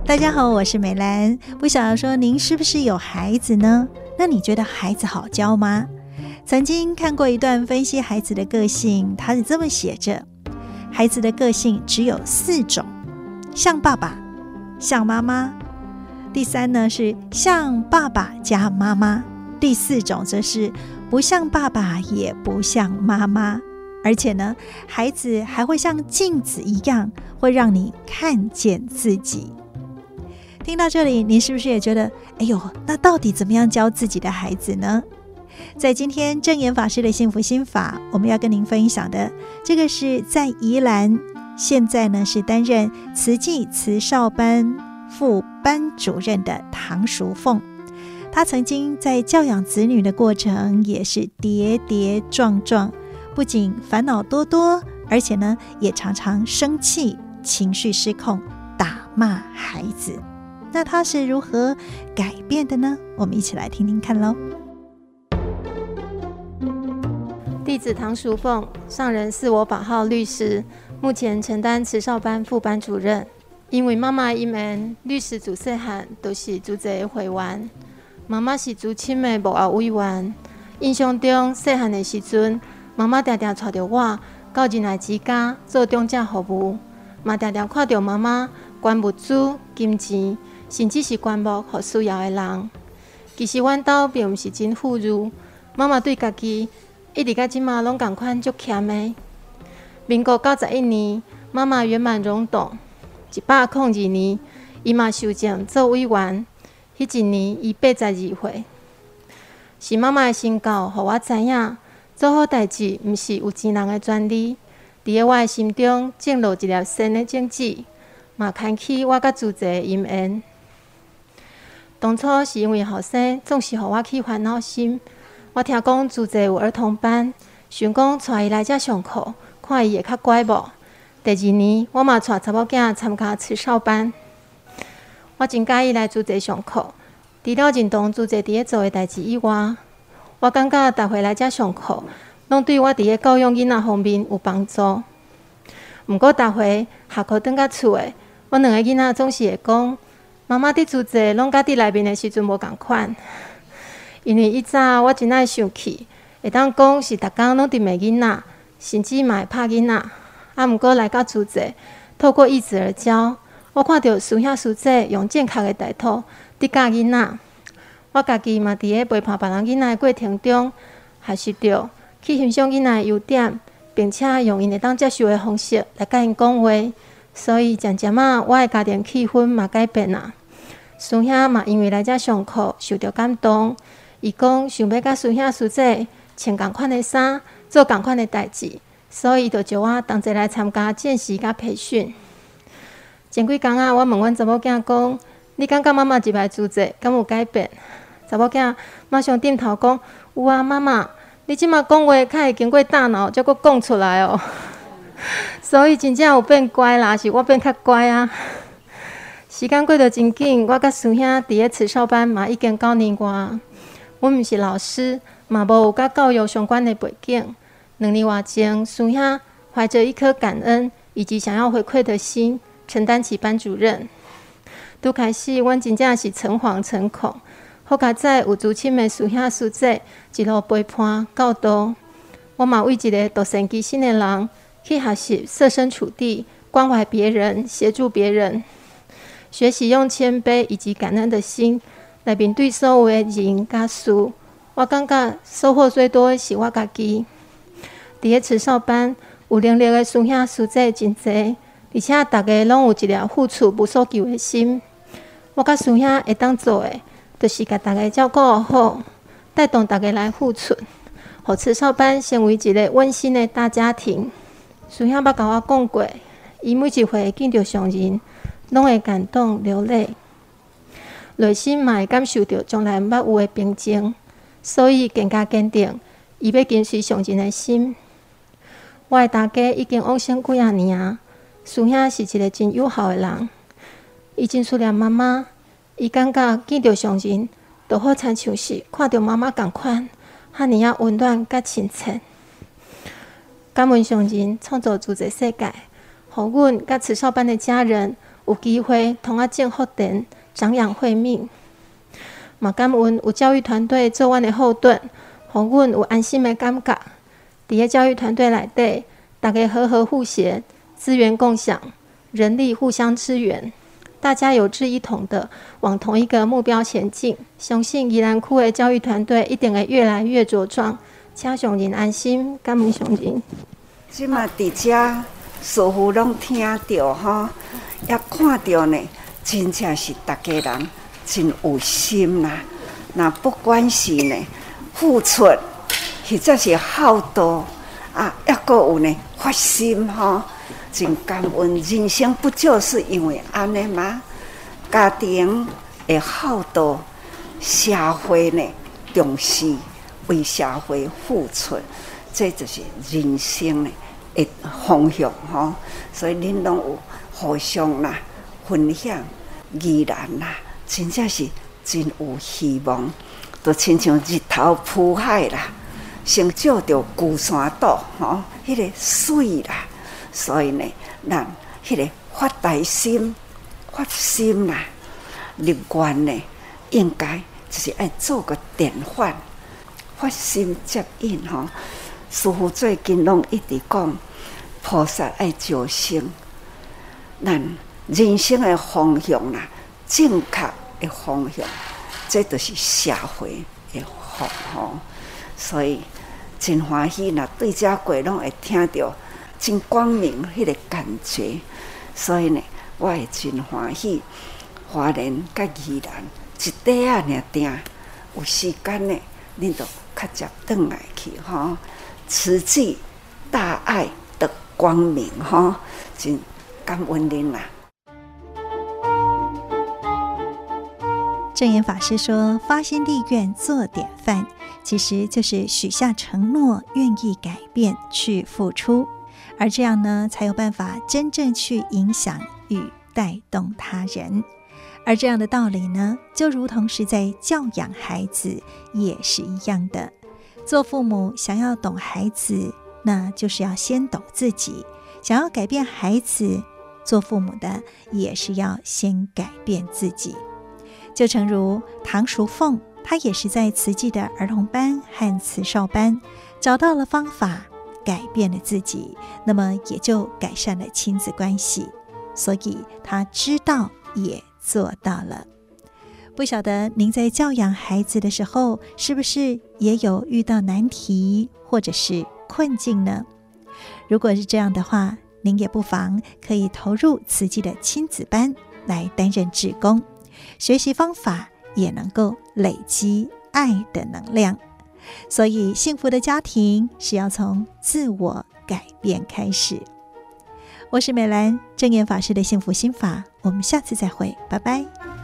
大家好，我是美兰。不晓得说您是不是有孩子呢？那你觉得孩子好教吗？曾经看过一段分析孩子的个性，他是这么写着：孩子的个性只有4种，像爸爸，像妈妈。第3呢是像爸爸加妈妈，第4种则是不像爸爸也不像妈妈。而且呢，孩子还会像镜子一样，会让你看见自己。听到这里，你是不是也觉得，哎呦，那到底怎么样教自己的孩子呢？在今天正言法师的幸福心法，我们要跟您分享的，这个是在宜兰，现在呢是担任慈济慈少班副班主任的唐淑凤。她曾经在教养子女的过程也是跌跌撞撞，不仅烦恼多多，而且呢也常常生气，情绪失控，打骂孩子。那他是如何改变的呢？我们一起来听听看咯。 弟子唐淑凤，上人是我法号律师，目前承担慈少班副班主任。因为妈妈因缘，律师自细汉都是主席的会员，妈妈是资深的幕后委员。印象中，细汉的时阵，妈妈常常带着我到仁爱之家做中介服务，嘛常常看到妈妈捐物资、金钱，甚至是捐物给需要的人。其实阮家并不是真富裕，妈妈对家己一直到现在拢同款足欠的。民国91年，妈妈圆满融动，102年，伊嘛受证做委员。迄一年，伊82岁。是妈妈的身教，互我知影，做好代志，毋是有钱人的专利。伫咧我的心中，种落一粒善的种子，嘛牵起我甲自济的因缘。当初是因为后生总是互我起烦恼心。我听讲自济有儿童班，想讲带伊来遮上课，看伊会较乖无。第2年，我嘛带查某囝参加慈少班。我真介意来自济上课，除了认同自济伫咧做的代志以外，我感觉逐回来遮上课，拢对我伫咧教养囡仔方面有帮助。毋过逐回下课转到厝的，我2个囡仔总是会讲，妈妈伫自济拢甲伫内面的时阵无共款。因为以早我真爱生气，会当讲是逐工拢伫骂囡仔，甚至嘛会拍囡仔。毋过来到自济，透过义子而教，我看到师兄师姐用正确的态度伫教囡仔。我家己嘛伫咧陪伴别人囡仔的过程中，学习到去欣赏囡仔的优点，并且用因会当接受的方式来甲因讲话。所以渐渐我的家庭气氛嘛改变啦。师兄嘛因为来遮上课受到感动，伊讲想要甲师兄师姐穿同款的衫，做同款的代志，所以就招我同齐来参加见习甲培训。前几工我问阮查某囝讲：“你感觉妈妈入来自济，敢有改变？”查某囝马上点头讲：“有啊，妈妈，你即马讲话较会经过大脑，才阁讲出来哦。”所以真正有变乖啦，是我变较乖啊。时间过得真紧，我甲师兄伫咧慈少班嘛已经9年外。我毋是老师，嘛无有甲教育相关的背景。2年外前，师兄怀着一颗感恩以及想要回馈的心，承担起班主任。拄开始，阮真正是诚惶诚恐。好佳在有资深的师兄师姐一路陪伴教导，我嘛为一个独善其身的人去学习设身处地，关怀别人，协助别人，学习用谦卑以及感恩的心来面对所有的人甲事。我感觉收获最多的是我家己。伫咧慈少班有能力的师兄师姐真侪，而且大家拢有一粒付出无所求的心。我甲师兄会当做的，就是甲大家照顾好，带动大家来付出，互慈少班成为一个温馨的大家庭。师兄捌甲我讲过，伊每一回见到上人，拢会感动流泪，内心嘛会感受到从来毋捌有的平静，所以更加坚定伊要跟随上人的心。我的大家已经往生几啊年啊，师兄是一个真友好的人，伊真思念妈妈，伊感觉见到上人，就好亲像是看到妈妈同款，遐尼啊温暖甲亲切。感恩上人创造自济世界，互阮甲慈少班的家人有机会同我种福田，长养慧命。嘛感恩有教育团队做阮的后盾，互阮有安心的感觉。伫个教育团队内底，大家和和互协，资源共享，人力互相支援，大家有志一同的往同一个目标前进。相信宜兰区的教育团队一定会越来越茁壮。请上人安心，感恩上人。 即嘛伫遮，似乎拢听到吼，也看到呢，真正是大家人真有心啦。那不管是呢付出，或者是好斗啊，也阁有呢发心吼，真感恩。人生不就是因为安尼吗？家庭会好斗，社会呢重视。为社会付出，这就是人生的方向吼。所以恁拢有互相啦分享，宜兰啦，真正是真有希望。就亲像日头铺海啦，先照着孤山岛吼，迄个水啦。所以呢，咱迄个发大心、发心啦，立愿呢，应该就是爱做个典范。发心接引吼，师父最近拢一直讲，菩萨爱招生，咱人生的方向啦，正确的方向，这就是社会的福吼。所以真欢喜啦，对遮过拢会听到真光明迄个感觉。所以呢，我会真欢喜，花莲甲宜兰一块啊，尔定有时间呢，恁就较接转来去吼，慈济大爱的光明吼，真感恩恁啦。 证严法师说，发心立愿做典范，其实就是许下承诺，愿意改变，去付出，而这样呢，才有办法真正去影响与带动他人。而这样的道理呢，就如同是在教养孩子也是一样的。做父母想要懂孩子，那就是要先懂自己。想要改变孩子，做父母的也是要先改变自己。就诚如唐淑凤，她也是在慈济的儿童班和慈少班找到了方法，改变了自己，那么也就改善了亲子关系。所以她知道也做到了。不晓得您在教养孩子的时候，是不是也有遇到难题或者是困境呢？如果是这样的话，您也不妨可以投入慈济的亲子班来担任志工，学习方法，也能够累积爱的能量。所以幸福的家庭是要从自我改变开始。我是美兰，证严法师的幸福心法，我们下次再会，拜拜。